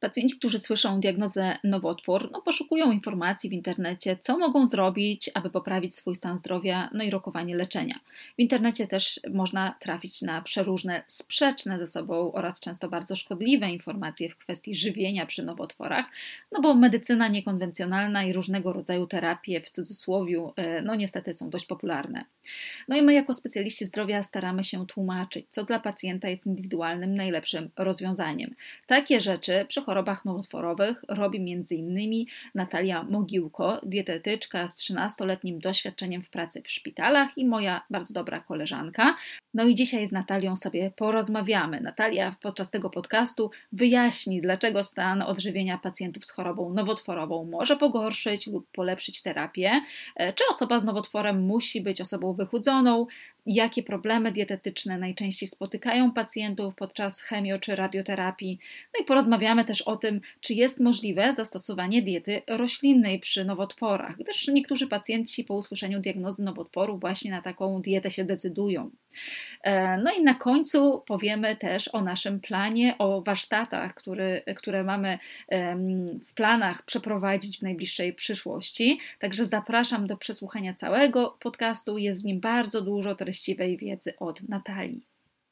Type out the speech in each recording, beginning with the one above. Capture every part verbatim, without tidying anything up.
Pacjenci, którzy słyszą diagnozę nowotwór, no poszukują informacji w internecie, co mogą zrobić, aby poprawić swój stan zdrowia, no i rokowanie leczenia. W internecie też można trafić na przeróżne, sprzeczne ze sobą oraz często bardzo szkodliwe informacje w kwestii żywienia przy nowotworach, no bo medycyna niekonwencjonalna i różnego rodzaju terapie, w cudzysłowiu, no niestety są dość popularne. No i my jako specjaliści zdrowia staramy się tłumaczyć, co dla pacjenta jest indywidualnym, najlepszym rozwiązaniem. Takie rzeczy przy chorobach nowotworowych robi między innymi Natalia Mogiłko, dietetyczka z trzynastoletnim doświadczeniem w pracy w szpitalach i moja bardzo dobra koleżanka. No i dzisiaj z Natalią sobie porozmawiamy. Natalia podczas tego podcastu wyjaśni, dlaczego stan odżywienia pacjentów z chorobą nowotworową może pogorszyć lub polepszyć terapię, czy osoba z nowotworem musi być osobą wychudzoną, jakie problemy dietetyczne najczęściej spotykają pacjentów podczas chemio- czy radioterapii. No i porozmawiamy też o tym, czy jest możliwe zastosowanie diety roślinnej przy nowotworach, gdyż niektórzy pacjenci po usłyszeniu diagnozy nowotworu właśnie na taką dietę się decydują. No i na końcu powiemy też o naszym planie, o warsztatach, który, które mamy w planach przeprowadzić w najbliższej przyszłości. Także zapraszam do przesłuchania całego podcastu. Jest w nim bardzo dużo treściwej wiedzy od Natalii.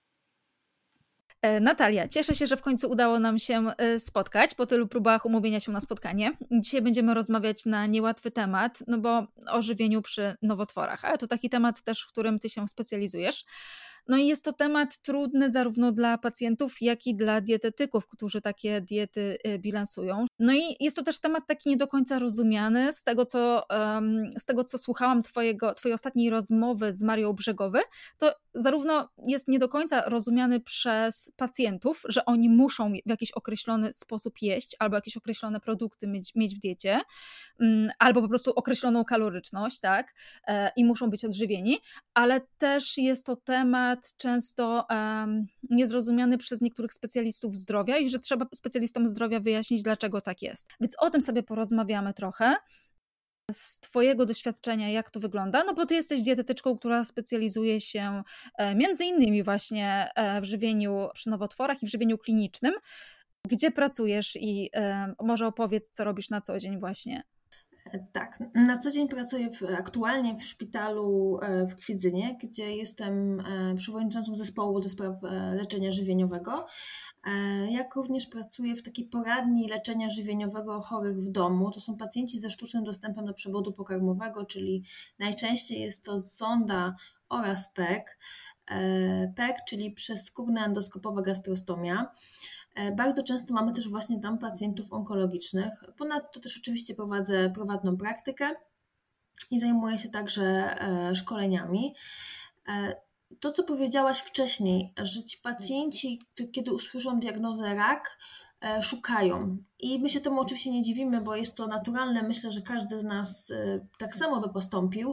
Natalia, cieszę się, że w końcu udało nam się spotkać po tylu próbach umówienia się na spotkanie. Dzisiaj będziemy rozmawiać na niełatwy temat, no bo o żywieniu przy nowotworach, ale to taki temat też, w którym ty się specjalizujesz. No i jest to temat trudny zarówno dla pacjentów, jak i dla dietetyków, którzy takie diety bilansują. No i jest to też temat taki nie do końca rozumiany. Z tego, co, z tego, co słuchałam twojego, twojej ostatniej rozmowy z Marią Brzegowy, to zarówno jest nie do końca rozumiany przez pacjentów, że oni muszą w jakiś określony sposób jeść, albo jakieś określone produkty mieć, mieć w diecie, albo po prostu określoną kaloryczność, tak, i muszą być odżywieni, ale też jest to temat często um, niezrozumiany przez niektórych specjalistów zdrowia i że trzeba specjalistom zdrowia wyjaśnić, dlaczego tak jest. Więc o tym sobie porozmawiamy trochę. Z twojego doświadczenia, jak to wygląda? No bo ty jesteś dietetyczką, która specjalizuje się między innymi właśnie w żywieniu przy nowotworach i w żywieniu klinicznym. Gdzie pracujesz i um, może opowiedz, co robisz na co dzień właśnie? Tak, na co dzień pracuję w, aktualnie w szpitalu w Kwidzynie, gdzie jestem przewodniczącą zespołu do spraw leczenia żywieniowego. Jak również pracuję w takiej poradni leczenia żywieniowego chorych w domu. To są pacjenci ze sztucznym dostępem do przewodu pokarmowego, czyli najczęściej jest to sonda oraz P E G. P E G, czyli przezskórna endoskopowa gastrostomia. Bardzo często mamy też właśnie tam pacjentów onkologicznych. Ponadto też oczywiście prowadzę prywatną praktykę i zajmuję się także szkoleniami. To, co powiedziałaś wcześniej, że ci pacjenci, kiedy usłyszą diagnozę rak, szukają. I my się temu oczywiście nie dziwimy, bo jest to naturalne. Myślę, że każdy z nas tak samo by postąpił.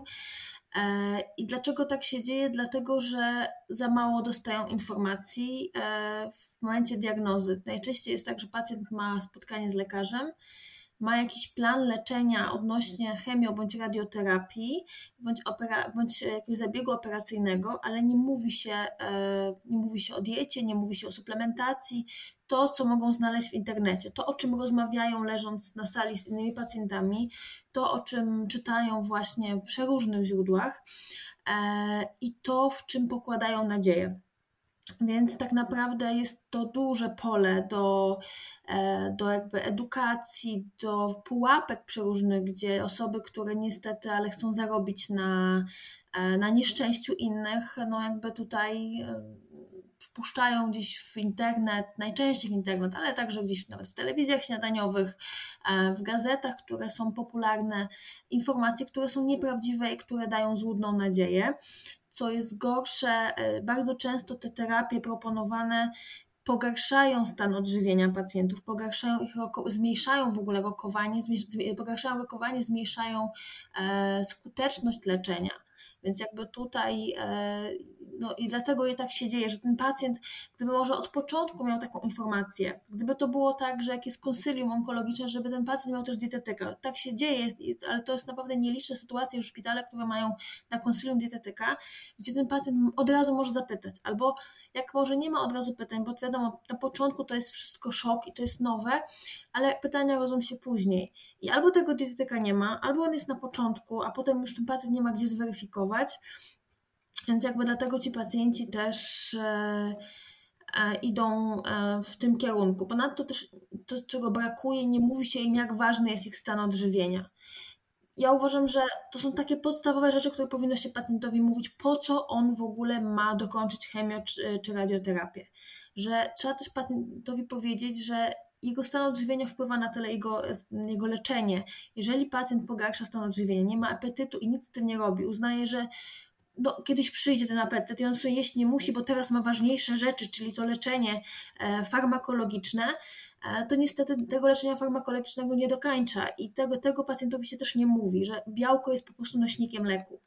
I dlaczego tak się dzieje? Dlatego, że za mało dostają informacji w momencie diagnozy. Najczęściej jest tak, że pacjent ma spotkanie z lekarzem, ma jakiś plan leczenia odnośnie chemio- bądź radioterapii, bądź, opera- bądź jakiegoś zabiegu operacyjnego, ale nie mówi się, nie mówi się o diecie, nie mówi się o suplementacji, to, co mogą znaleźć w internecie, to, o czym rozmawiają leżąc na sali z innymi pacjentami, to, o czym czytają właśnie w przeróżnych źródłach i to, w czym pokładają nadzieję. Więc tak naprawdę jest to duże pole do, do jakby edukacji, do pułapek przeróżnych, gdzie osoby, które niestety, ale chcą zarobić na, na nieszczęściu innych, no jakby tutaj wpuszczają gdzieś w internet, najczęściej w internet, ale także gdzieś nawet w telewizjach śniadaniowych, w gazetach, które są popularne, informacje, które są nieprawdziwe i które dają złudną nadzieję. Co jest gorsze, bardzo często te terapie proponowane pogarszają stan odżywienia pacjentów, pogarszają ich, zmniejszają w ogóle rokowanie, pogarszają rokowanie, zmniejszają skuteczność leczenia. Więc jakby tutaj no i dlatego tak się dzieje, że ten pacjent, gdyby może od początku miał taką informację, gdyby to było tak, że jak jest konsylium onkologiczne, żeby ten pacjent miał też dietetyka. Tak się dzieje, ale to jest naprawdę nieliczne sytuacje w szpitalach, które mają na konsylium dietetyka, gdzie ten pacjent od razu może zapytać, albo jak może nie ma od razu pytań, bo wiadomo, na początku to jest wszystko szok i to jest nowe, ale pytania rodzą się później. I albo tego dietetyka nie ma, albo on jest na początku, a potem już ten pacjent nie ma gdzie zweryfikować. Więc jakby dlatego ci pacjenci też e, e, idą e, w tym kierunku. Ponadto też to, czego brakuje, nie mówi się im, jak ważny jest ich stan odżywienia. Ja uważam, że to są takie podstawowe rzeczy, które powinno się pacjentowi mówić, po co on w ogóle ma dokończyć chemię czy, czy radioterapię. Że trzeba też pacjentowi powiedzieć, że jego stan odżywienia wpływa na tyle jego, jego leczenie. Jeżeli pacjent pogarsza stan odżywienia, nie ma apetytu i nic z tym nie robi, uznaje, że no, kiedyś przyjdzie ten apetyt i on sobie jeść nie musi, bo teraz ma ważniejsze rzeczy, czyli to leczenie e, farmakologiczne, e, to niestety tego leczenia farmakologicznego nie dokańcza i tego, tego pacjentowi się też nie mówi, że białko jest po prostu nośnikiem leku.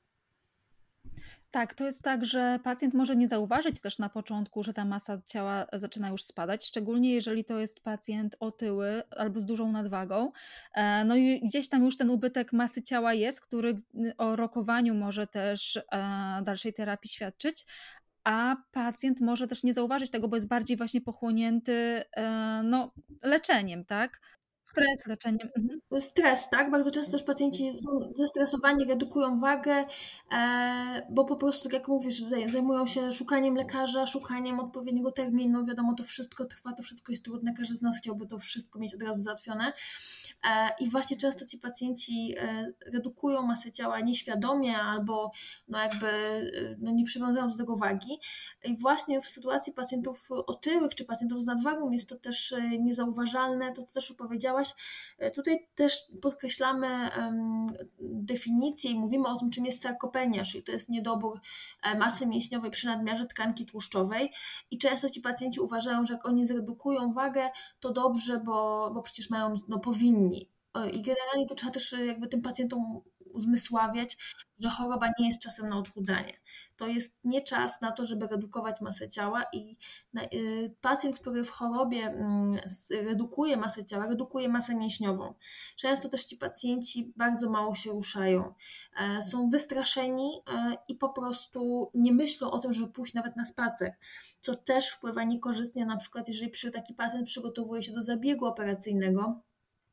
Tak, to jest tak, że pacjent może nie zauważyć też na początku, że ta masa ciała zaczyna już spadać, szczególnie jeżeli to jest pacjent otyły albo z dużą nadwagą. No i gdzieś tam już ten ubytek masy ciała jest, który o rokowaniu może też dalszej terapii świadczyć, a pacjent może też nie zauważyć tego, bo jest bardziej właśnie pochłonięty no, leczeniem, tak? Stres, leczeniem. Mhm. Stres, tak? Bardzo często też pacjenci są zestresowani, redukują wagę, e, bo po prostu, jak mówisz, zajmują się szukaniem lekarza, szukaniem odpowiedniego terminu. Wiadomo, to wszystko trwa, to wszystko jest trudne, każdy z nas chciałby to wszystko mieć od razu załatwione. E, I właśnie często ci pacjenci e, redukują masę ciała nieświadomie albo no jakby no nie przywiązują do tego wagi. I właśnie w sytuacji pacjentów otyłych czy pacjentów z nadwagą jest to też niezauważalne, to co też powiedziałaś. Tutaj też podkreślamy um, definicję i mówimy o tym, czym jest sarkopenia, czyli to jest niedobór masy mięśniowej przy nadmiarze tkanki tłuszczowej i często ci pacjenci uważają, że jak oni zredukują wagę, to dobrze, bo, bo przecież mają, no powinni. I generalnie to trzeba też jakby tym pacjentom uzmysławiać, że choroba nie jest czasem na odchudzanie. To jest nie czas na to, żeby redukować masę ciała i pacjent, który w chorobie redukuje masę ciała, redukuje masę mięśniową. Często też ci pacjenci bardzo mało się ruszają. Są wystraszeni i po prostu nie myślą o tym, żeby pójść nawet na spacer, co też wpływa niekorzystnie, na przykład jeżeli taki pacjent przygotowuje się do zabiegu operacyjnego.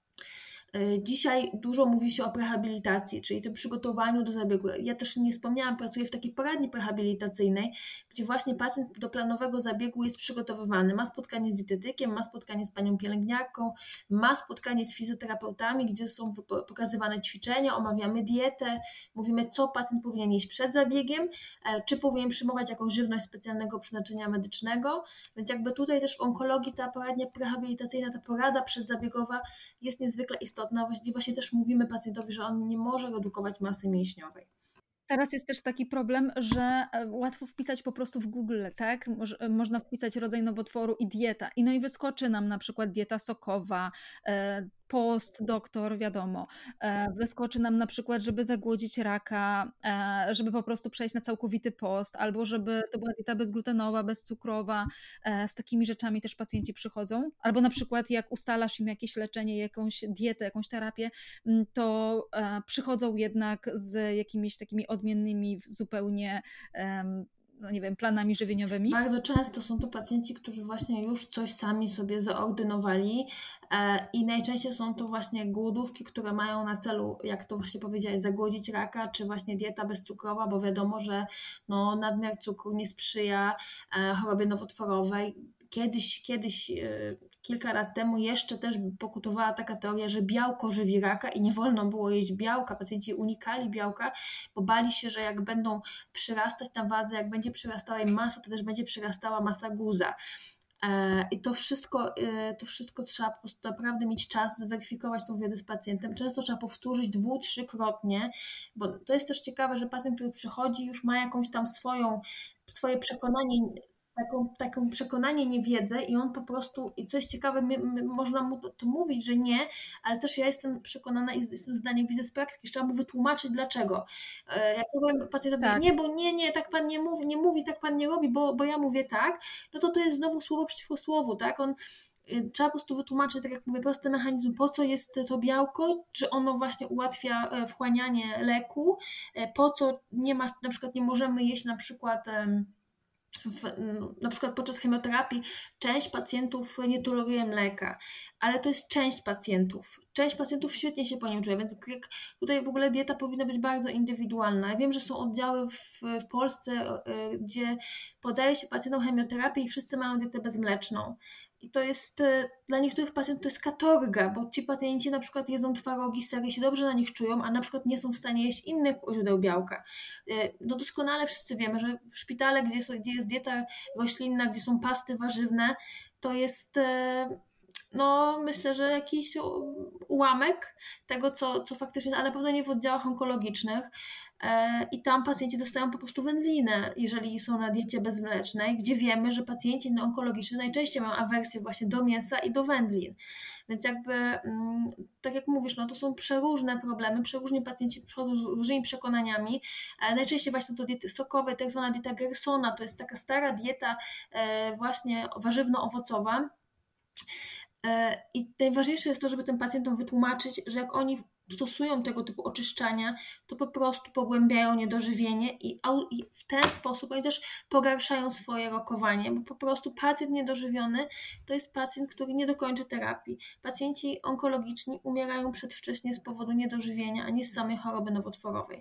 Dzisiaj dużo mówi się o prehabilitacji, czyli tym przygotowaniu do zabiegu. Ja też nie wspomniałam, pracuję w takiej poradni prehabilitacyjnej, gdzie właśnie pacjent do planowego zabiegu jest przygotowywany. Ma spotkanie z dietetykiem, ma spotkanie z panią pielęgniarką, ma spotkanie z fizjoterapeutami, gdzie są pokazywane ćwiczenia, omawiamy dietę, mówimy, co pacjent powinien jeść przed zabiegiem, czy powinien przyjmować jakąś żywność specjalnego przeznaczenia medycznego. Więc jakby tutaj też w onkologii ta poradnia prehabilitacyjna, ta porada przedzabiegowa jest niezwykle istotna. Właśnie też mówimy pacjentowi, że on nie może redukować masy mięśniowej. Teraz jest też taki problem, że łatwo wpisać po prostu w Google, tak? Można wpisać rodzaj nowotworu i dieta. I no i wyskoczy nam na przykład dieta sokowa, post, doktor, wiadomo. Wyskoczy nam na przykład, żeby zagłodzić raka, żeby po prostu przejść na całkowity post, albo żeby to była dieta bezglutenowa, bezcukrowa. Z takimi rzeczami też pacjenci przychodzą. Albo na przykład jak ustalasz im jakieś leczenie, jakąś dietę, jakąś terapię, to przychodzą jednak z jakimiś takimi odmiennymi zupełnie no nie wiem, planami żywieniowymi? Bardzo często są to pacjenci, którzy właśnie już coś sami sobie zaordynowali i najczęściej są to właśnie głodówki, które mają na celu, jak to właśnie powiedziałeś, zagłodzić raka, czy właśnie dieta bezcukrowa, bo wiadomo, że no, nadmiar cukru nie sprzyja chorobie nowotworowej. Kiedyś, kiedyś, kilka lat temu jeszcze też pokutowała taka teoria, że białko żywi raka i nie wolno było jeść białka. Pacjenci unikali białka, bo bali się, że jak będą przyrastać na wadze, jak będzie przyrastała im masa, to też będzie przyrastała masa guza. I to wszystko, to wszystko trzeba po prostu naprawdę mieć czas, zweryfikować tą wiedzę z pacjentem. Często trzeba powtórzyć dwu, trzykrotnie, bo to jest też ciekawe, że pacjent, który przychodzi, już ma jakąś tam swoją, swoje przekonanie, taką, taką przekonanie niewiedzę i on po prostu, i coś ciekawe, my, my, można mu to, to mówić, że nie, ale też ja jestem przekonana i jestem zdaniem, widzę z praktyki, trzeba mu wytłumaczyć dlaczego. E, Jak ja powiem pacjentowi, Tak. nie, bo nie, nie, tak pan nie mówi, nie mówi, tak pan nie robi, bo, bo ja mówię tak, no to to jest znowu słowo przeciwko słowu, tak? On Trzeba po prostu wytłumaczyć, tak jak mówię, prosty mechanizm, po co jest to białko, czy ono właśnie ułatwia wchłanianie leku, po co nie ma, na przykład nie możemy jeść na przykład w, na przykład podczas chemioterapii część pacjentów nie toleruje mleka, ale to jest część pacjentów. Część pacjentów świetnie się po nim czuje, więc tutaj w ogóle dieta powinna być bardzo indywidualna. Ja wiem, że są oddziały w, w Polsce, gdzie podaje się pacjentom chemioterapię i wszyscy mają dietę bezmleczną. I to jest, dla niektórych pacjentów to jest katorga, bo ci pacjenci na przykład jedzą twarogi, sery, się dobrze na nich czują, a na przykład nie są w stanie jeść innych źródeł białka. No doskonale wszyscy wiemy, że w szpitale, gdzie, są, gdzie jest dieta roślinna, gdzie są pasty warzywne, to jest, no myślę, że jakiś ułamek tego, co, co faktycznie, ale na pewno nie w oddziałach onkologicznych. I tam pacjenci dostają po prostu wędlinę, jeżeli są na diecie bezmlecznej, gdzie wiemy, że pacjenci onkologiczni najczęściej mają awersję właśnie do mięsa i do wędlin. Więc jakby, tak jak mówisz, no to są przeróżne problemy, przeróżni pacjenci przychodzą z różnymi przekonaniami. Najczęściej właśnie to diety sokowe, tak zwana dieta Gersona, to jest taka stara dieta właśnie warzywno-owocowa. I najważniejsze jest to, żeby tym pacjentom wytłumaczyć, że jak oni stosują tego typu oczyszczania, to po prostu pogłębiają niedożywienie i w ten sposób oni też pogarszają swoje rokowanie, bo po prostu pacjent niedożywiony to jest pacjent, który nie dokończy terapii. Pacjenci onkologiczni umierają przedwcześnie z powodu niedożywienia, a nie z samej choroby nowotworowej.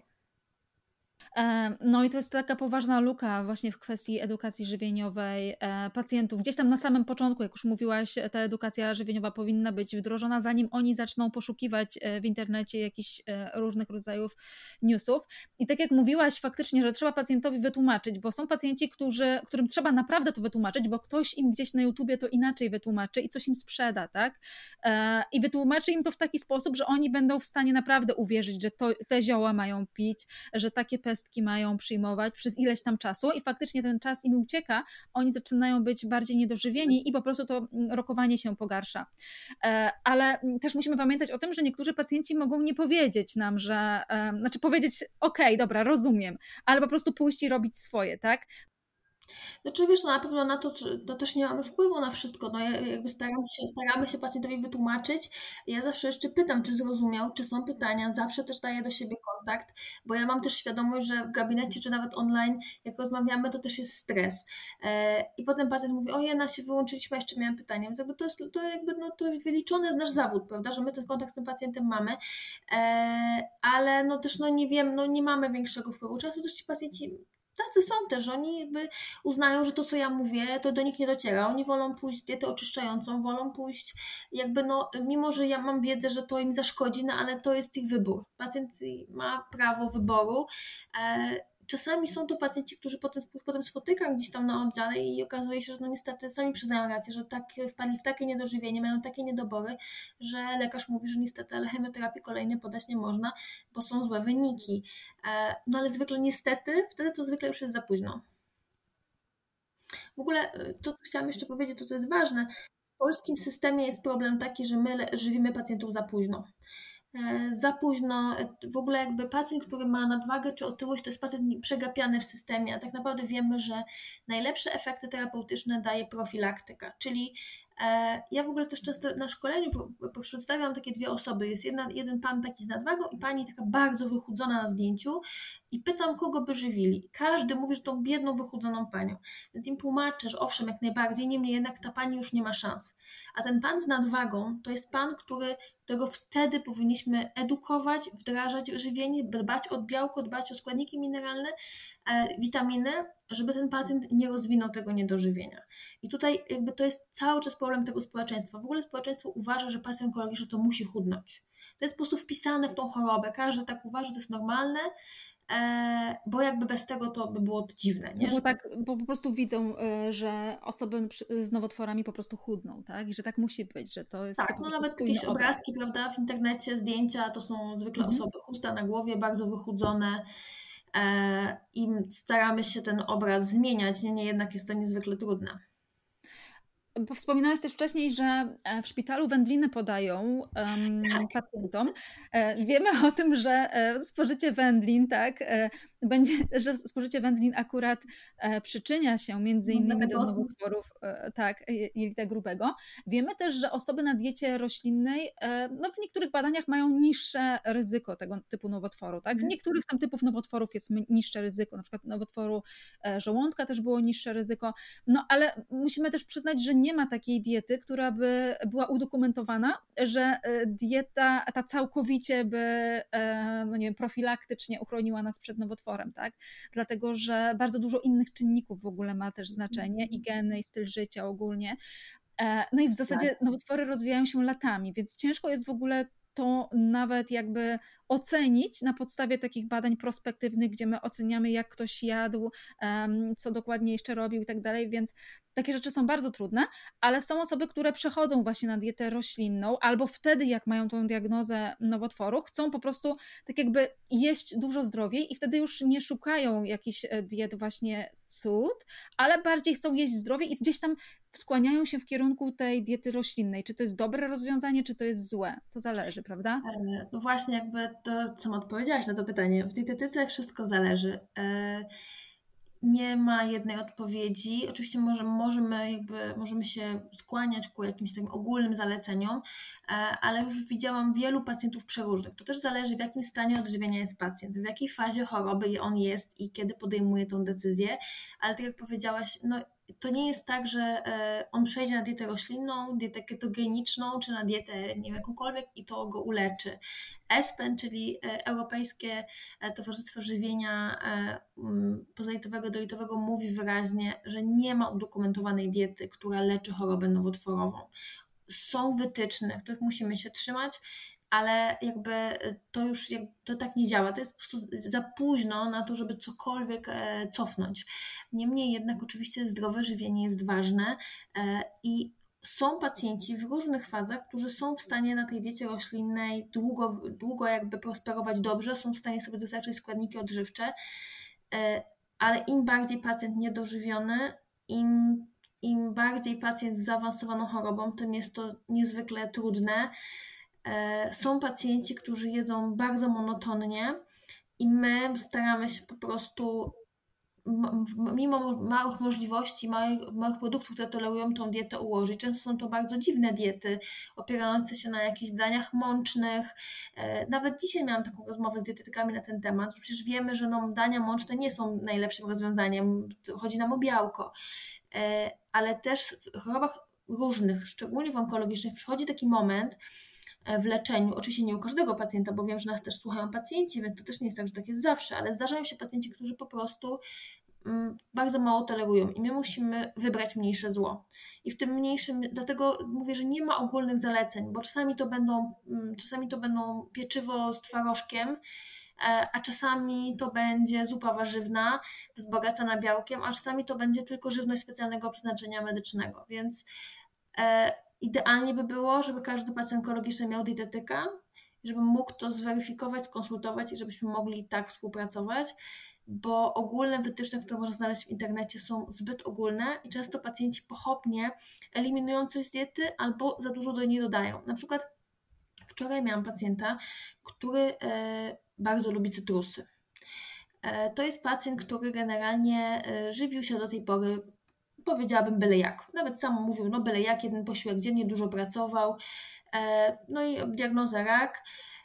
No i to jest taka poważna luka właśnie w kwestii edukacji żywieniowej pacjentów. Gdzieś tam na samym początku, jak już mówiłaś, ta edukacja żywieniowa powinna być wdrożona, zanim oni zaczną poszukiwać w internecie jakichś różnych rodzajów newsów. I tak jak mówiłaś faktycznie, że trzeba pacjentowi wytłumaczyć, bo są pacjenci, którzy, którym trzeba naprawdę to wytłumaczyć, bo ktoś im gdzieś na YouTubie to inaczej wytłumaczy i coś im sprzeda, tak? I wytłumaczy im to w taki sposób, że oni będą w stanie naprawdę uwierzyć, że to, te zioła mają pić, że takie pestki mają przyjmować przez ileś tam czasu i faktycznie ten czas im ucieka, oni zaczynają być bardziej niedożywieni i po prostu to rokowanie się pogarsza. Ale też musimy pamiętać o tym, że niektórzy pacjenci mogą nie powiedzieć nam, że, znaczy powiedzieć okej, okay, dobra, rozumiem, ale po prostu pójść i robić swoje, tak? Znaczy wiesz, no na pewno na to, to też nie mamy wpływu na wszystko, no jakby staram się, staramy się pacjentowi wytłumaczyć, ja zawsze jeszcze pytam, czy zrozumiał, czy są pytania, zawsze też daję do siebie kontakt, bo ja mam też świadomość, że w gabinecie, czy nawet online, jak rozmawiamy, to też jest stres i potem pacjent mówi, o Jena, się wyłączyliśmy, jeszcze miałem pytanie, więc jakby to jest to jakby, no to wyliczony nasz zawód, prawda, że my ten kontakt z tym pacjentem mamy, ale no też no nie wiem, no nie mamy większego wpływu, często też ci pacjenci tacy są też, że oni jakby uznają, że to, co ja mówię, to do nich nie dociera. Oni wolą pójść dietę oczyszczającą, wolą pójść jakby no, mimo że ja mam wiedzę, że to im zaszkodzi, no ale to jest ich wybór. Pacjent ma prawo wyboru. Czasami są to pacjenci, którzy potem, potem spotykam gdzieś tam na oddziale i okazuje się, że no niestety sami przyznają rację, że tak, wpadli w takie niedożywienie, mają takie niedobory, że lekarz mówi, że niestety, ale chemioterapii kolejnej podać nie można, bo są złe wyniki. No ale zwykle niestety, wtedy to zwykle już jest za późno. W ogóle to, co chciałam jeszcze powiedzieć, to co jest ważne, w polskim systemie jest problem taki, że my żywimy pacjentów za późno. Za późno, w ogóle jakby pacjent, który ma nadwagę czy otyłość, to jest pacjent przegapiany w systemie, a tak naprawdę wiemy, że najlepsze efekty terapeutyczne daje profilaktyka, czyli ja w ogóle też często na szkoleniu przedstawiam takie dwie osoby, jest jedna, jeden pan taki z nadwagą i pani taka bardzo wychudzona na zdjęciu i pytam, kogo by żywili. Każdy mówi, że tą biedną, wychudzoną panią, więc im tłumaczę, że owszem, jak najbardziej, niemniej jednak ta pani już nie ma szans. A ten pan z nadwagą to jest pan, który, którego wtedy powinniśmy edukować, wdrażać żywienie, dbać o białko, dbać o składniki mineralne, e, witaminy, żeby ten pacjent nie rozwinął tego niedożywienia. I tutaj jakby to jest cały czas problem tego społeczeństwa. W ogóle społeczeństwo uważa, że pacjent onkologiczny to musi chudnąć. To jest po prostu wpisane w tą chorobę. Każdy tak uważa, że to jest normalne, e, bo jakby bez tego to by było to dziwne. Nie? Bo, tak, bo po prostu widzą, że osoby z nowotworami po prostu chudną, tak? I że tak musi być, że to jest... Tak, to no nawet jakieś obraz. obrazki, prawda, w internecie, zdjęcia, to są zwykle mhm. osoby chuste na głowie, bardzo wychudzone. i staramy się ten obraz zmieniać, niemniej jednak jest to niezwykle trudne. Bo wspominałaś też wcześniej, że w szpitalu wędliny podają um, tak. pacjentom. Wiemy o tym, że spożycie wędlin, tak, będzie, że spożycie wędlin akurat przyczynia się między innymi do nowotworów, tak, jelita grubego. Wiemy też, że osoby na diecie roślinnej, no w niektórych badaniach mają niższe ryzyko tego typu nowotworu, tak. W niektórych tam typów nowotworów jest niższe ryzyko, na przykład nowotworu żołądka też było niższe ryzyko, no ale musimy też przyznać, że nie nie ma takiej diety, która by była udokumentowana, że dieta ta całkowicie by, no nie wiem, profilaktycznie uchroniła nas przed nowotworem, tak? Dlatego, że bardzo dużo innych czynników w ogóle ma też znaczenie, i geny, i styl życia ogólnie. No i w zasadzie tak. Nowotwory rozwijają się latami, więc ciężko jest w ogóle to nawet jakby ocenić na podstawie takich badań prospektywnych, gdzie my oceniamy, jak ktoś jadł, co dokładnie jeszcze robił i tak dalej, więc takie rzeczy są bardzo trudne, ale są osoby, które przechodzą właśnie na dietę roślinną, albo wtedy, jak mają tą diagnozę nowotworu, chcą po prostu tak jakby jeść dużo zdrowiej i wtedy już nie szukają jakichś diet właśnie cud, ale bardziej chcą jeść zdrowiej i gdzieś tam skłaniają się w kierunku tej diety roślinnej. Czy to jest dobre rozwiązanie, czy to jest złe? To zależy, prawda? No właśnie, jakby to, co odpowiedziałaś na to pytanie. W dietetyce wszystko zależy. Nie ma jednej odpowiedzi. Oczywiście możemy, możemy, jakby, możemy się skłaniać ku jakimś takim ogólnym zaleceniom, ale już widziałam wielu pacjentów przeróżnych. To też zależy, w jakim stanie odżywienia jest pacjent, w jakiej fazie choroby on jest i kiedy podejmuje tą decyzję. Ale tak jak powiedziałaś, no to nie jest tak, że on przejdzie na dietę roślinną, dietę ketogeniczną, czy na dietę nie wiem, jakąkolwiek i to go uleczy. ESPEN, czyli Europejskie Towarzystwo Żywienia Pozalitowego, Dolitowego, mówi wyraźnie, że nie ma udokumentowanej diety, która leczy chorobę nowotworową. Są wytyczne, których musimy się trzymać, ale jakby to już to tak nie działa. To jest po prostu za późno na to, żeby cokolwiek cofnąć. Niemniej jednak oczywiście zdrowe żywienie jest ważne i są pacjenci w różnych fazach, którzy są w stanie na tej diecie roślinnej długo, długo jakby prosperować dobrze, są w stanie sobie dostarczyć składniki odżywcze, ale im bardziej pacjent niedożywiony, im, im bardziej pacjent z zaawansowaną chorobą, tym jest to niezwykle trudne. Są pacjenci, którzy jedzą bardzo monotonnie i my staramy się po prostu, mimo małych możliwości, małych, małych produktów, które tolerują tą dietę, ułożyć. Często są to bardzo dziwne diety, opierające się na jakichś daniach mącznych. Nawet dzisiaj miałam taką rozmowę z dietetykami na ten temat, że przecież wiemy, że no, dania mączne nie są najlepszym rozwiązaniem, chodzi nam o białko. Ale też w chorobach różnych, szczególnie w onkologicznych, przychodzi taki moment w leczeniu, oczywiście nie u każdego pacjenta, bo wiem, że nas też słuchają pacjenci, więc to też nie jest tak, że tak jest zawsze, ale zdarzają się pacjenci, którzy po prostu bardzo mało tolerują i my musimy wybrać mniejsze zło. I w tym mniejszym, dlatego mówię, że nie ma ogólnych zaleceń, bo czasami to będą, czasami to będą pieczywo z twarożkiem, a czasami to będzie zupa warzywna wzbogacana białkiem, a czasami to będzie tylko żywność specjalnego przeznaczenia medycznego, więc e, idealnie by było, żeby każdy pacjent onkologiczny miał dietetyka, żeby mógł to zweryfikować, skonsultować i żebyśmy mogli tak współpracować, bo ogólne wytyczne, które można znaleźć w internecie, są zbyt ogólne i często pacjenci pochopnie eliminują coś z diety albo za dużo do niej dodają. Na przykład wczoraj miałam pacjenta, który bardzo lubi cytrusy. To jest pacjent, który generalnie żywił się do tej pory, powiedziałabym, byle jak. Nawet sam mówił, no byle jak, jeden posiłek dziennie, dużo pracował. No i diagnoza rak.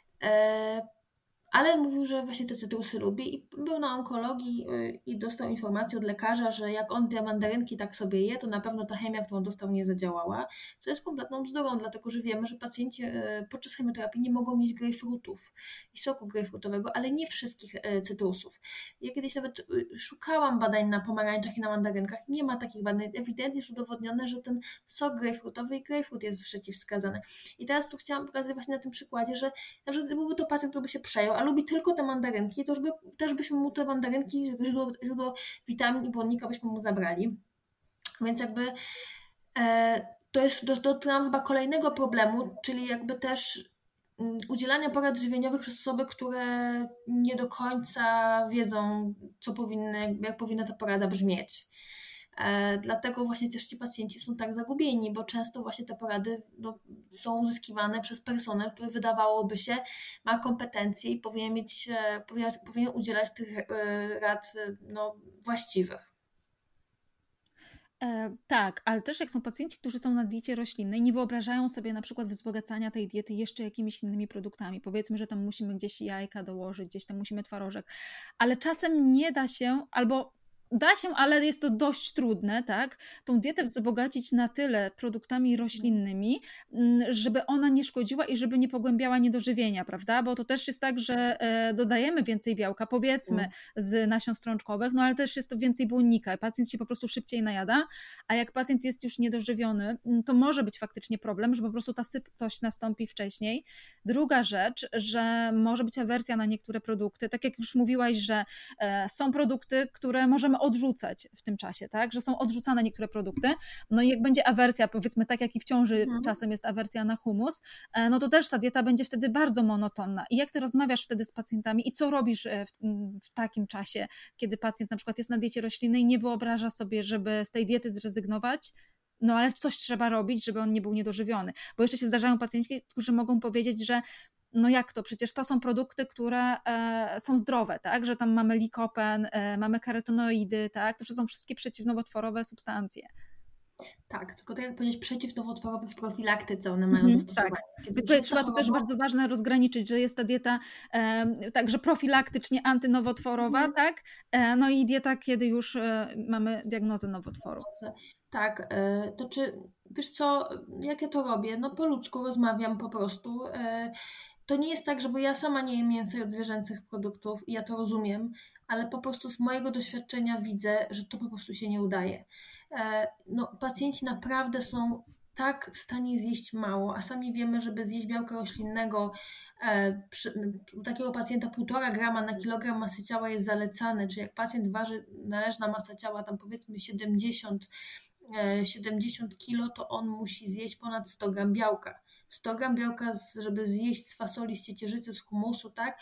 Ale mówił, że właśnie te cytrusy lubi i był na onkologii i dostał informację od lekarza, że jak on te mandarynki tak sobie je, to na pewno ta chemia, którą dostał, nie zadziałała, co jest kompletną bzdurą, dlatego że wiemy, że pacjenci podczas chemioterapii nie mogą mieć grejpfrutów i soku grejpfrutowego, ale nie wszystkich cytrusów. Ja kiedyś nawet szukałam badań na pomarańczach i na mandarynkach, nie ma takich badań, ewidentnie jest udowodnione, że ten sok grejpfrutowy i grejpfrut jest przeciwwskazany. I teraz tu chciałam pokazać właśnie na tym przykładzie, że na przykład byłby to pacjent, który by się przejął, a lubi tylko te mandarynki, to już by, też byśmy mu te mandarynki, źródło, źródło witamin i błonnika byśmy mu zabrali. Więc jakby e, to jest, dotknęłam chyba kolejnego problemu, czyli jakby też udzielania porad żywieniowych przez osoby, które nie do końca wiedzą, co powinny, jak powinna ta porada brzmieć. E, dlatego właśnie też ci pacjenci są tak zagubieni, bo często właśnie te porady no, są uzyskiwane przez personel, który wydawałoby się ma kompetencje i powinien mieć, powinien, powinien udzielać tych e, rad no, właściwych. E, tak, ale też jak są pacjenci, którzy są na diecie roślinnej, nie wyobrażają sobie na przykład wzbogacania tej diety jeszcze jakimiś innymi produktami. Powiedzmy, że tam musimy gdzieś jajka dołożyć, gdzieś tam musimy twarożek, ale czasem nie da się, albo da się, ale jest to dość trudne, tak? Tą dietę wzbogacić na tyle produktami roślinnymi, żeby ona nie szkodziła i żeby nie pogłębiała niedożywienia, prawda? Bo to też jest tak, że dodajemy więcej białka, powiedzmy z nasion strączkowych, no ale też jest to więcej błonnika i pacjent się po prostu szybciej najada, a jak pacjent jest już niedożywiony, to może być faktycznie problem, że po prostu ta sypkość nastąpi wcześniej. Druga rzecz, że może być awersja na niektóre produkty, tak jak już mówiłaś, że są produkty, które możemy odrzucać w tym czasie, tak, że są odrzucane niektóre produkty, no i jak będzie awersja, powiedzmy tak jak i w ciąży mhm. czasem jest awersja na humus, no to też ta dieta będzie wtedy bardzo monotonna. I jak ty rozmawiasz wtedy z pacjentami i co robisz w, w takim czasie, kiedy pacjent na przykład jest na diecie roślinnej i nie wyobraża sobie, żeby z tej diety zrezygnować, no ale coś trzeba robić, żeby on nie był niedożywiony, bo jeszcze się zdarzają pacjenci, którzy mogą powiedzieć, że no jak to? Przecież to są produkty, które e, są zdrowe, tak? Że tam mamy likopen, e, mamy karotenoidy, tak? To są wszystkie przeciwnowotworowe substancje. Tak, tylko tak jak powiedzieć, przeciwnowotworowe w profilaktyce one mają mm-hmm, zastosowanie. Tak. Więc tutaj trzeba choroba... to też bardzo ważne rozgraniczyć, że jest ta dieta e, także profilaktycznie antynowotworowa, mm-hmm. tak? E, no i dieta, kiedy już e, mamy diagnozę nowotworu. Tak, e, to czy, wiesz co, jak ja to robię? No po ludzku rozmawiam po prostu. E, To nie jest tak, że bo ja sama nie jem mięsa od zwierzęcych produktów i ja to rozumiem, ale po prostu z mojego doświadczenia widzę, że to po prostu się nie udaje. No, pacjenci naprawdę są tak w stanie zjeść mało, a sami wiemy, żeby zjeść białka roślinnego, przy, u takiego pacjenta półtora grama na kilogram masy ciała jest zalecane, czyli jak pacjent waży należna masa ciała tam powiedzmy siedemdziesiąt, siedemdziesiąt kilo, to on musi zjeść ponad sto gram białka. sto gram białka, żeby zjeść z fasoli, z ciecierzycy, z humusu, tak,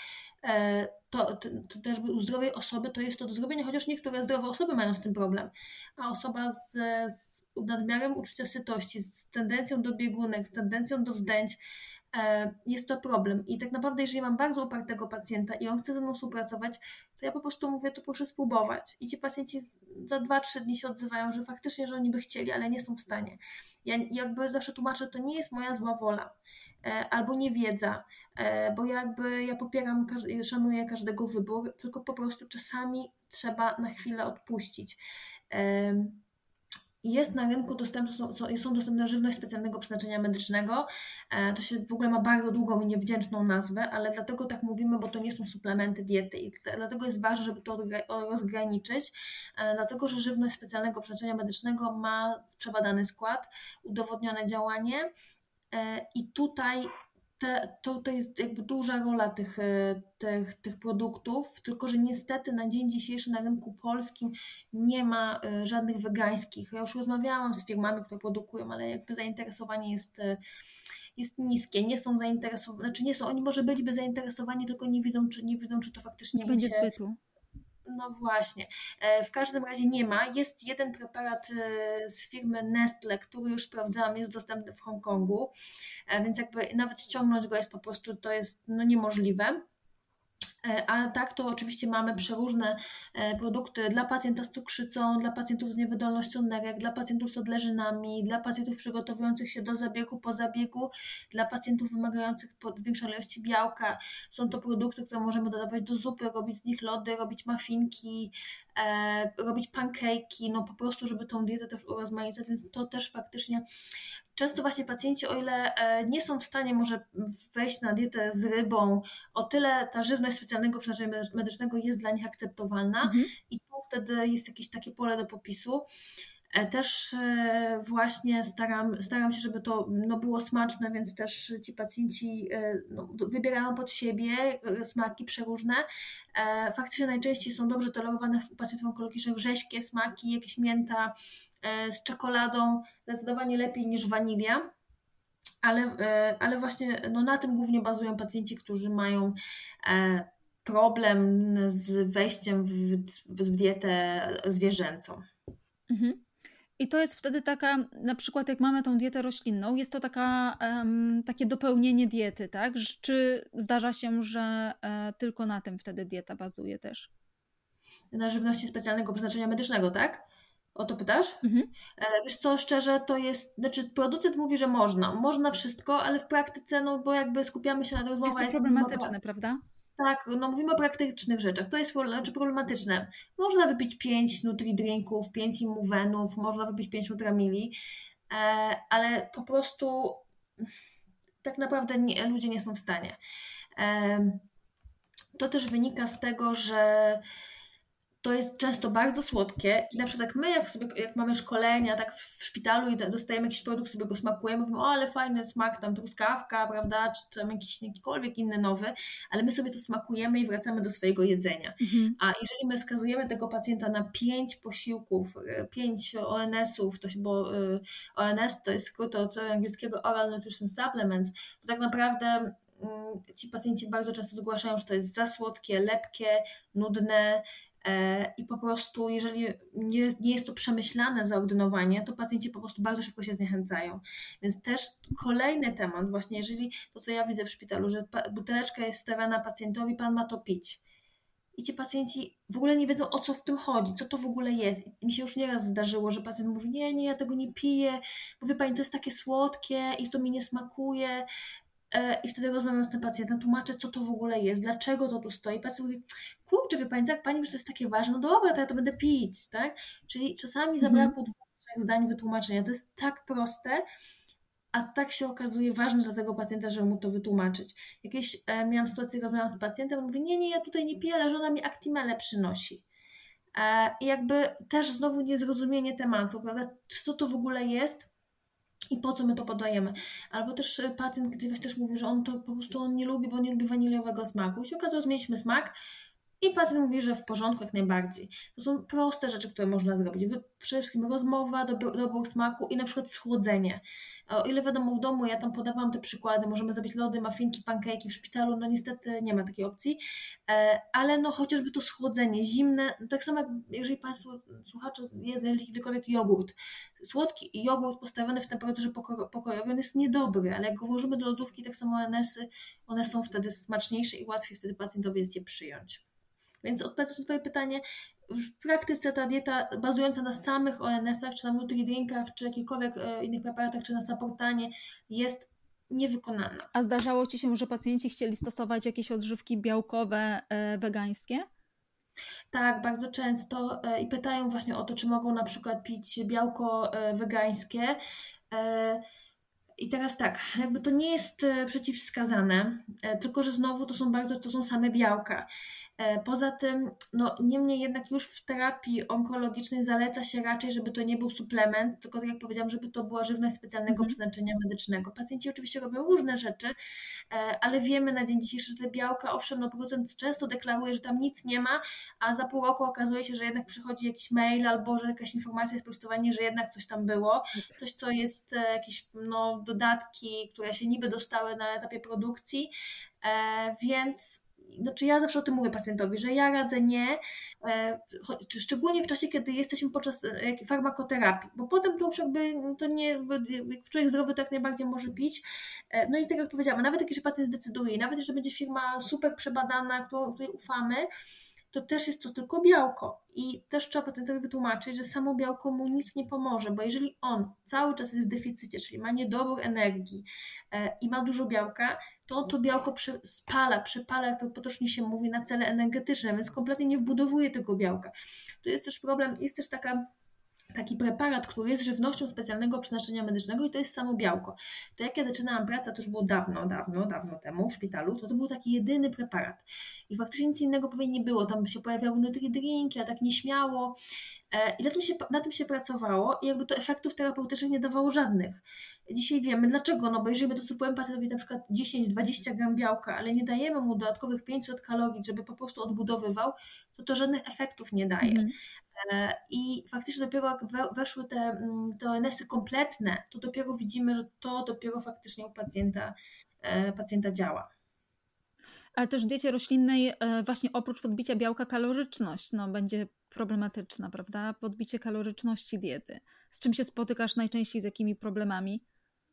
to, to, to też u zdrowej osoby to jest to do zrobienia, chociaż niektóre zdrowe osoby mają z tym problem, a osoba z, z nadmiarem uczucia sytości, z tendencją do biegunek, z tendencją do wzdęć, jest to problem. I tak naprawdę, jeżeli mam bardzo upartego pacjenta i on chce ze mną współpracować, to ja po prostu mówię, to proszę spróbować. I ci pacjenci za dwa trzy dni się odzywają, że faktycznie, że oni by chcieli, ale nie są w stanie. Ja jakby zawsze tłumaczę, to nie jest moja zła wola albo niewiedza, bo jakby ja popieram, szanuję każdego wybór, tylko po prostu czasami trzeba na chwilę odpuścić. Jest na rynku dostępne, są, są dostępne żywność specjalnego przeznaczenia medycznego. To się w ogóle ma bardzo długą i niewdzięczną nazwę, ale dlatego tak mówimy, bo to nie są suplementy diety i dlatego jest ważne, żeby to rozgraniczyć, dlatego że żywność specjalnego przeznaczenia medycznego ma przebadany skład, udowodnione działanie i tutaj Te, to, to jest jakby duża rola tych, tych, tych produktów, tylko że niestety na dzień dzisiejszy na rynku polskim nie ma żadnych wegańskich. Ja już rozmawiałam z firmami, które produkują, ale jakby zainteresowanie jest, jest niskie. Nie są zainteresowani, znaczy nie są, oni może byliby zainteresowani, tylko nie widzą, czy, nie widzą, czy to faktycznie nie będzie się... zbytu. No właśnie. W każdym razie nie ma. Jest jeden preparat z firmy Nestle, który już sprawdzałam, jest dostępny w Hongkongu, więc jakby nawet ściągnąć go jest po prostu, to jest no niemożliwe. A tak to oczywiście mamy przeróżne produkty dla pacjenta z cukrzycą, dla pacjentów z niewydolnością nerek, dla pacjentów z odleżynami, dla pacjentów przygotowujących się do zabiegu, po zabiegu, dla pacjentów wymagających większej ilości białka. Są to produkty, które możemy dodawać do zupy, robić z nich lody, robić muffinki, e, robić pancake'i, no po prostu, żeby tą dietę też urozmaicać, więc to też faktycznie często właśnie pacjenci, o ile nie są w stanie może wejść na dietę z rybą, o tyle ta żywność specjalnego przeznaczenia medycznego jest dla nich akceptowalna mhm. i tu wtedy jest jakieś takie pole do popisu. Też właśnie staram, staram się, żeby to no, było smaczne, więc też ci pacjenci no, wybierają pod siebie smaki przeróżne. Faktycznie najczęściej są dobrze tolerowane u pacjentów onkologicznych rześkie smaki, jakieś mięta z czekoladą, zdecydowanie lepiej niż wanilia. ale, ale właśnie no, na tym głównie bazują pacjenci, którzy mają problem z wejściem w, w dietę zwierzęcą. Mhm. I to jest wtedy taka, na przykład jak mamy tą dietę roślinną, jest to taka, um, takie dopełnienie diety, tak? Czy zdarza się, że e, tylko na tym wtedy dieta bazuje też? Na żywności specjalnego przeznaczenia medycznego, tak? O to pytasz? Mhm. Wiesz co, szczerze, to jest, znaczy producent mówi, że można, można wszystko, ale w praktyce, no bo jakby skupiamy się na tej rozmowie, Jest to jest problematyczne, prawda? tak, no mówimy o praktycznych rzeczach. To jest znaczy problematyczne. Można wypić pięć nutri-drinków, pięć immuvenów, można wypić pięć nutramili, ale po prostu tak naprawdę nie, ludzie nie są w stanie. To też wynika z tego, że to jest często bardzo słodkie i na przykład jak my, jak, sobie, jak mamy szkolenia tak w szpitalu i dostajemy jakiś produkt, sobie go smakujemy, mówimy, o ale fajny smak, tam truskawka, prawda, czy tam jakiś jakikolwiek inny nowy, ale my sobie to smakujemy i wracamy do swojego jedzenia. Mhm. A jeżeli my skazujemy tego pacjenta na pięć posiłków, pięć O N S-ów, to się, bo O N S to jest skrót od angielskiego Oral Nutrition Supplements, to tak naprawdę ci pacjenci bardzo często zgłaszają, że to jest za słodkie, lepkie, nudne, i po prostu jeżeli nie, nie jest to przemyślane zaordynowanie, to pacjenci po prostu bardzo szybko się zniechęcają. Więc też kolejny temat, właśnie jeżeli to, co ja widzę w szpitalu, że buteleczka jest stawiana pacjentowi, pan ma to pić. I ci pacjenci w ogóle nie wiedzą, o co w tym chodzi, co to w ogóle jest. I mi się już nieraz zdarzyło, że pacjent mówi, nie, nie, ja tego nie piję, bo wie pani, to jest takie słodkie i to mi nie smakuje. I wtedy rozmawiam z tym pacjentem, tłumaczę, co to w ogóle jest, dlaczego to tu stoi. Pacjent mówi, kurczę, wie pani, jak pani, że to jest takie ważne, no dobra, to ja to będę pić, tak? Czyli czasami zabrakło dwóch, trzech zdań wytłumaczenia. To jest tak proste, a tak się okazuje ważne dla tego pacjenta, żeby mu to wytłumaczyć. Jakieś e, miałam sytuację, rozmawiałam z pacjentem, on mówi, nie, nie, ja tutaj nie piję, ale żona mi Actimele przynosi. E, I jakby też znowu niezrozumienie tematu, prawda? Co to w ogóle jest? I po co my to podajemy. Albo też pacjent kiedyś też mówi, że on to po prostu on nie lubi, bo nie lubi waniliowego smaku. I się okazało, że zmieniliśmy smak i pacjent mówi, że w porządku jak najbardziej. To są proste rzeczy, które można zrobić. Przede wszystkim rozmowa, dobór, dobór smaku i na przykład schłodzenie. O ile wiadomo, w domu ja tam podawałam te przykłady, możemy zrobić lody, muffinki, pancake'i, w szpitalu no niestety nie ma takiej opcji, ale no chociażby to schłodzenie, zimne, tak samo jak jeżeli Państwo słuchacze jedzą kiedykolwiek jogurt, słodki jogurt postawiony w temperaturze pokojowej, on jest niedobry, ale jak go włożymy do lodówki, tak samo O N S-y, one są wtedy smaczniejsze i łatwiej wtedy pacjentowi jest je przyjąć. Więc odpowiadając na Twoje pytanie, w praktyce ta dieta bazująca na samych O N S-ach, czy na nutri-drinkach, czy jakichkolwiek innych preparatach, czy na supportanie jest niewykonalna. A zdarzało Ci się, że pacjenci chcieli stosować jakieś odżywki białkowe, e, wegańskie? Tak, bardzo często i pytają właśnie o to, czy mogą na przykład pić białko wegańskie. I teraz tak, jakby to nie jest przeciwwskazane, tylko że znowu to są bardzo, to są same białka. Poza tym, no niemniej jednak już w terapii onkologicznej zaleca się raczej, żeby to nie był suplement, tylko tak jak powiedziałam, żeby to była żywność specjalnego mm-hmm. przeznaczenia medycznego. Pacjenci oczywiście robią różne rzeczy, ale wiemy na dzień dzisiejszy, że te białka, owszem, no producent często deklaruje, że tam nic nie ma, a za pół roku okazuje się, że jednak przychodzi jakiś mail albo że jakaś informacja jest prostowanie, że jednak coś tam było, coś co jest jakieś no, dodatki, które się niby dostały na etapie produkcji, więc znaczy ja zawsze o tym mówię pacjentowi, że ja radzę nie, szczególnie w czasie, kiedy jesteśmy podczas farmakoterapii, bo potem to już jakby to nie, człowiek zdrowy to jak najbardziej może pić. No i tak jak powiedziałam, nawet jak się pacjent zdecyduje, nawet jeżeli będzie firma super przebadana, której ufamy, to też jest to tylko białko i też trzeba pacjentowi wytłumaczyć, że samo białko mu nic nie pomoże, bo jeżeli on cały czas jest w deficycie, czyli ma niedobór energii e, i ma dużo białka, to on to białko przy, spala, przypala, jak to potocznie się mówi, na cele energetyczne, więc kompletnie nie wbudowuje tego białka. To jest też problem, jest też taka taki preparat, który jest żywnością specjalnego przeznaczenia medycznego i to jest samo białko. To jak ja zaczynałam pracę, to już było dawno, dawno, dawno temu w szpitalu, to to był taki jedyny preparat. I faktycznie nic innego pewnie nie było. Tam się pojawiały nutri-drinki, a tak nieśmiało. I na tym się, na tym się pracowało i jakby to efektów terapeutycznych nie dawało żadnych. Dzisiaj wiemy dlaczego, no bo jeżeli my dosypujemy pacjentowi na przykład dziesięć dwadzieścia gram białka, ale nie dajemy mu dodatkowych pięćset kalorii, żeby po prostu odbudowywał, to to żadnych efektów nie daje. Mhm. I faktycznie dopiero jak weszły te, te O N S y kompletne, to dopiero widzimy, że to dopiero faktycznie u pacjenta, pacjenta działa. Ale też w diecie roślinnej właśnie oprócz podbicia białka kaloryczność no, będzie problematyczna, prawda? Podbicie kaloryczności diety. Z czym się spotykasz najczęściej, z jakimi problemami?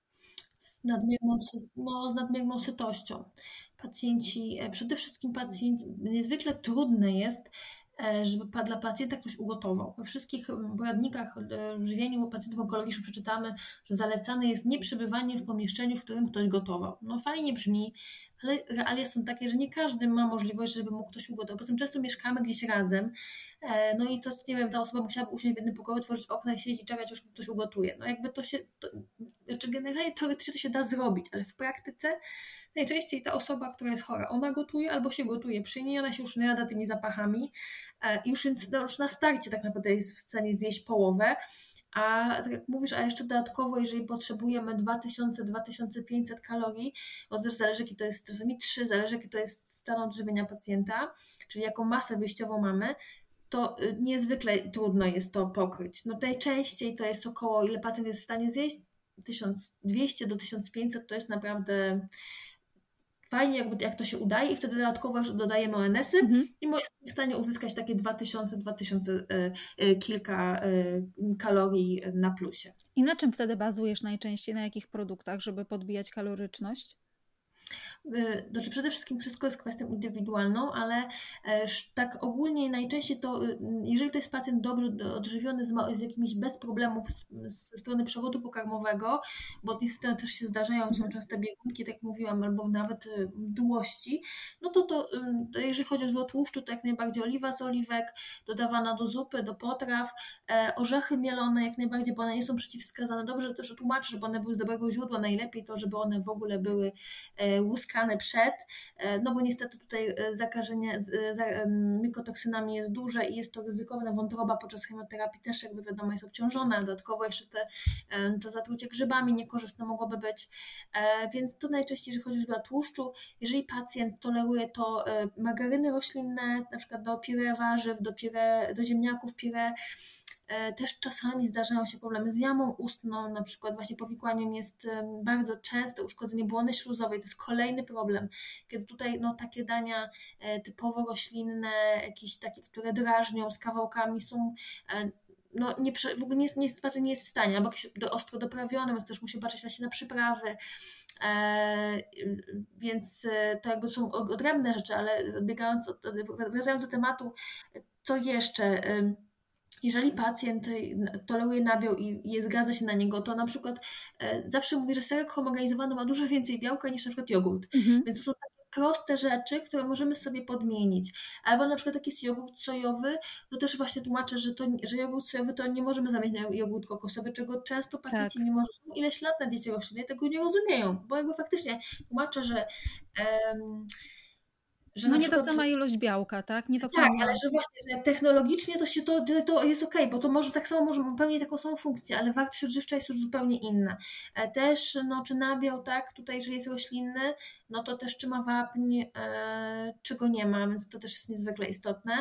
Z nadmierną, no, z nadmierną sytością. Pacjenci, przede wszystkim pacjenci, niezwykle trudne jest, żeby dla pacjenta ktoś ugotował. We wszystkich poradnikach w żywieniu pacjentów onkologicznych przeczytamy, że zalecane jest nieprzebywanie w pomieszczeniu, w którym ktoś gotował. No fajnie brzmi, ale realia są takie, że nie każdy ma możliwość, żeby mógł ktoś ugotować. Poza tym często mieszkamy gdzieś razem, no i to, nie wiem, ta osoba musiałaby usiąść w jednym pokoju, otworzyć okna i siedzieć i czekać, aż ktoś ugotuje. No jakby to się, to, znaczy generalnie teoretycznie to się da zrobić, ale w praktyce najczęściej ta osoba, która jest chora, ona gotuje albo się gotuje przy niej, ona się już nada tymi zapachami i już, no, już na starcie tak naprawdę jest w stanie zjeść połowę. A tak jak mówisz, a jeszcze dodatkowo, jeżeli potrzebujemy dwa tysiące do dwa tysiące pięćset kalorii, bo też zależy, jaki to jest, czasami trzy, zależy, jaki to jest stan odżywienia pacjenta, czyli jaką masę wyjściową mamy, to niezwykle trudno jest to pokryć. No najczęściej to jest około, ile pacjent jest w stanie zjeść? tysiąc dwieście do tysiąc pięćset to jest naprawdę fajnie, jakby, jak to się udaje i wtedy dodatkowo dodajemy O N S y mhm. i jesteśmy w stanie uzyskać takie dwa tysiące, dwa tysiące y, y, kilka y, kalorii na plusie. I na czym wtedy bazujesz najczęściej? Na jakich produktach, żeby podbijać kaloryczność? Znaczy przede wszystkim wszystko jest kwestią indywidualną, ale tak ogólnie najczęściej to, jeżeli to jest pacjent dobrze odżywiony z, z jakimiś bez problemów ze strony przewodu pokarmowego, bo niestety też się zdarzają, są często biegunki, tak jak mówiłam, albo nawet mdłości, no to, to, to jeżeli chodzi o złotłuszczu, to jak najbardziej oliwa z oliwek, dodawana do zupy, do potraw, orzechy mielone jak najbardziej, bo one nie są przeciwwskazane. Dobrze też tłumaczę, żeby one były z dobrego źródła, najlepiej to, żeby one w ogóle były łuskane przed, no bo niestety tutaj zakażenie mykotoksynami jest duże i jest to ryzykowne. Wątroba podczas chemioterapii też jakby wiadomo jest obciążona, dodatkowo jeszcze te, to zatrucie grzybami niekorzystne mogłoby być, więc to najczęściej, jeżeli chodzi o źródła tłuszczu, jeżeli pacjent toleruje to margaryny roślinne, na przykład do pire warzyw, do, pire, do ziemniaków pire, też czasami zdarzają się problemy z jamą ustną, na przykład właśnie powikłaniem jest bardzo częste uszkodzenie błony śluzowej, to jest kolejny problem, kiedy tutaj no, takie dania typowo roślinne, jakieś takie, które drażnią z kawałkami są no, nie, w ogóle nie, nie, pacjent nie jest w stanie, albo jakieś ostro doprawione, więc też musi patrzeć na się na przyprawy, e, więc to jakby są odrębne rzeczy, ale odbiegając, od, wracając do tematu, co jeszcze... Jeżeli pacjent toleruje nabiał i, i zgadza się na niego, to na przykład e, zawsze mówi, że serek homogenizowany ma dużo więcej białka niż na przykład jogurt. Mhm. Więc to są takie proste rzeczy, które możemy sobie podmienić. Albo na przykład taki jest jogurt sojowy, to też właśnie tłumaczę, że, to, że jogurt sojowy to nie możemy zamienić na jogurt kokosowy, czego często pacjenci tak. nie mogą. Ileś lat na diecie roślinnej tego nie rozumieją, bo jakby faktycznie tłumaczę, że... Em, Że no nie przykład... ta sama ilość białka, tak? Nie ta tak, sama... ale że właśnie że technologicznie to się to, to jest okej, okay, bo to może tak samo może pełnić taką samą funkcję, ale wartość odżywcza jest już zupełnie inna. Też, no, czy nabiał, tak, tutaj jeżeli jest roślinny, no to też czy ma wapń, e, czy go nie ma, więc to też jest niezwykle istotne.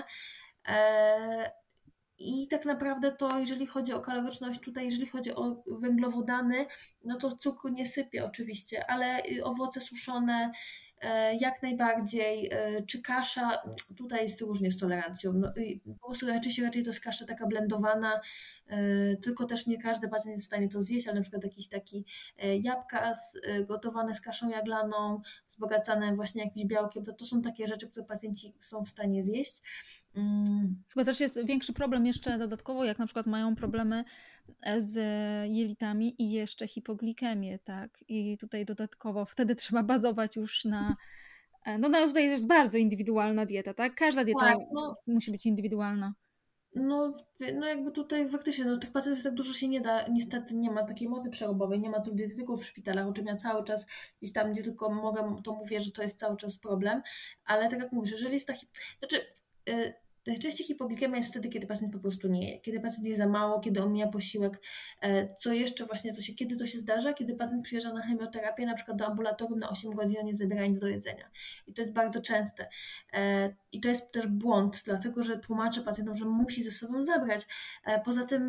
E, I tak naprawdę to, jeżeli chodzi o kaloryczność, tutaj jeżeli chodzi o węglowodany, no to cukru nie sypie oczywiście, ale owoce suszone, jak najbardziej, czy kasza, tutaj jest różnie z tolerancją. No, po prostu najczęściej raczej to jest kasza taka blendowana, tylko też nie każdy pacjent jest w stanie to zjeść, ale na przykład jakiś taki jabłka gotowane z kaszą jaglaną, wzbogacane właśnie jakimś białkiem, to, to są takie rzeczy, które pacjenci są w stanie zjeść. Chyba też jest większy problem jeszcze dodatkowo, jak na przykład mają problemy z jelitami i jeszcze hipoglikemię, tak? I tutaj dodatkowo wtedy trzeba bazować już na... No, no tutaj jest bardzo indywidualna dieta, tak? Każda dieta tak, no, musi być indywidualna. No, no jakby tutaj faktycznie no, tych pacjentów tak dużo się nie da, niestety nie ma takiej mocy przerobowej, nie ma tu dietetyków w szpitalach, o czym ja cały czas gdzieś tam, gdzie tylko mogę, to mówię, że to jest cały czas problem, ale tak jak mówisz, jeżeli jest taki... Znaczy... Yy, Najczęściej hipoglikemia jest wtedy, kiedy pacjent po prostu nie je, kiedy pacjent je za mało, kiedy omija posiłek. Co jeszcze właśnie, co się, kiedy to się zdarza? Kiedy pacjent przyjeżdża na chemioterapię, na przykład do ambulatorium na osiem godzin, a nie zabiera nic do jedzenia. I to jest bardzo częste. I to jest też błąd, dlatego że tłumaczę pacjentom, że musi ze sobą zabrać. Poza tym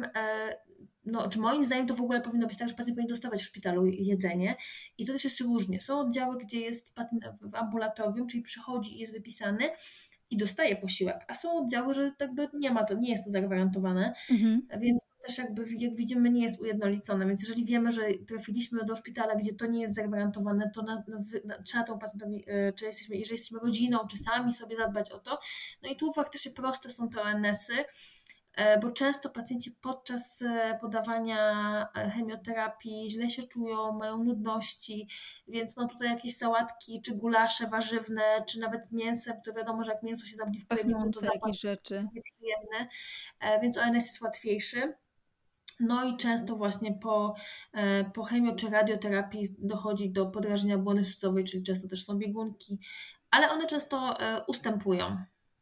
no, czy moim zdaniem to w ogóle powinno być tak, że pacjent powinien dostawać w szpitalu jedzenie i to też jest różnie. Są oddziały, gdzie jest pacjent w ambulatorium, czyli przychodzi i jest wypisany i dostaje posiłek, a są oddziały, że jakby nie ma to, nie jest to zagwarantowane, mhm. Więc to też jakby, jak widzimy, nie jest ujednolicone, więc jeżeli wiemy, że trafiliśmy do szpitala, gdzie to nie jest zagwarantowane, to na, na, na, trzeba temu pacjentowi, czy jesteśmy, jeżeli jesteśmy rodziną, czy sami sobie zadbać o to. No i tu faktycznie proste są te O N S y, bo często pacjenci podczas podawania chemioterapii źle się czują, mają nudności, więc no tutaj jakieś sałatki, czy gulasze warzywne, czy nawet z mięsem, to wiadomo, że jak mięso się zamknie w pojemniku, to zapach rzeczy nieprzyjemny, więc O N S jest łatwiejszy. No i często właśnie po, po chemio czy radioterapii dochodzi do podrażnienia błony szczycowej, czyli często też są biegunki, ale one często ustępują.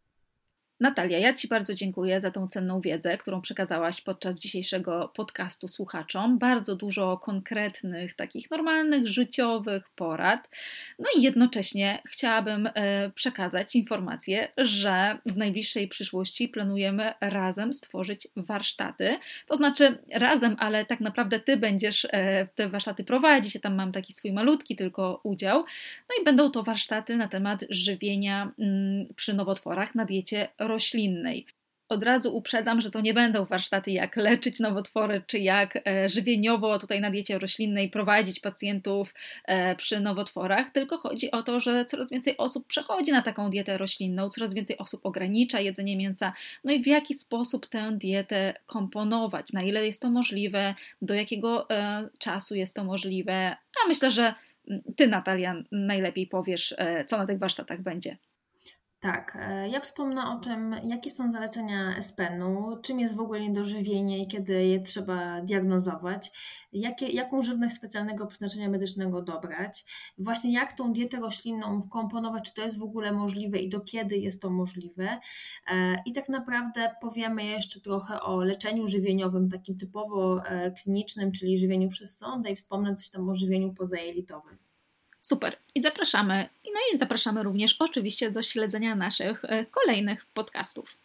Natalia, ja Ci bardzo dziękuję za tą cenną wiedzę, którą przekazałaś podczas dzisiejszego podcastu słuchaczom. Bardzo dużo konkretnych, takich normalnych, życiowych porad. No i jednocześnie chciałabym przekazać informację, że w najbliższej przyszłości planujemy razem stworzyć warsztaty. To znaczy razem, ale tak naprawdę Ty będziesz te warsztaty prowadzić. Ja tam mam taki swój malutki tylko udział. No i będą to warsztaty na temat żywienia przy nowotworach na diecie roślinnej. Od razu uprzedzam, że to nie będą warsztaty, jak leczyć nowotwory, czy jak e, żywieniowo tutaj na diecie roślinnej prowadzić pacjentów e, przy nowotworach, tylko chodzi o to, że coraz więcej osób przechodzi na taką dietę roślinną, coraz więcej osób ogranicza jedzenie mięsa, no i w jaki sposób tę dietę komponować, na ile jest to możliwe, do jakiego e, czasu jest to możliwe, a myślę, że Ty, Natalia, najlepiej powiesz, e, co na tych warsztatach będzie. Tak, ja wspomnę o tym, jakie są zalecenia S P N u, czym jest w ogóle niedożywienie i kiedy je trzeba diagnozować, jakie, jaką żywność specjalnego przeznaczenia medycznego dobrać, właśnie jak tą dietę roślinną wkomponować, czy to jest w ogóle możliwe i do kiedy jest to możliwe. I tak naprawdę powiemy jeszcze trochę o leczeniu żywieniowym, takim typowo klinicznym, czyli żywieniu przez sondę i wspomnę coś tam o żywieniu pozajelitowym. Super. I zapraszamy, no i zapraszamy również oczywiście do śledzenia naszych kolejnych podcastów.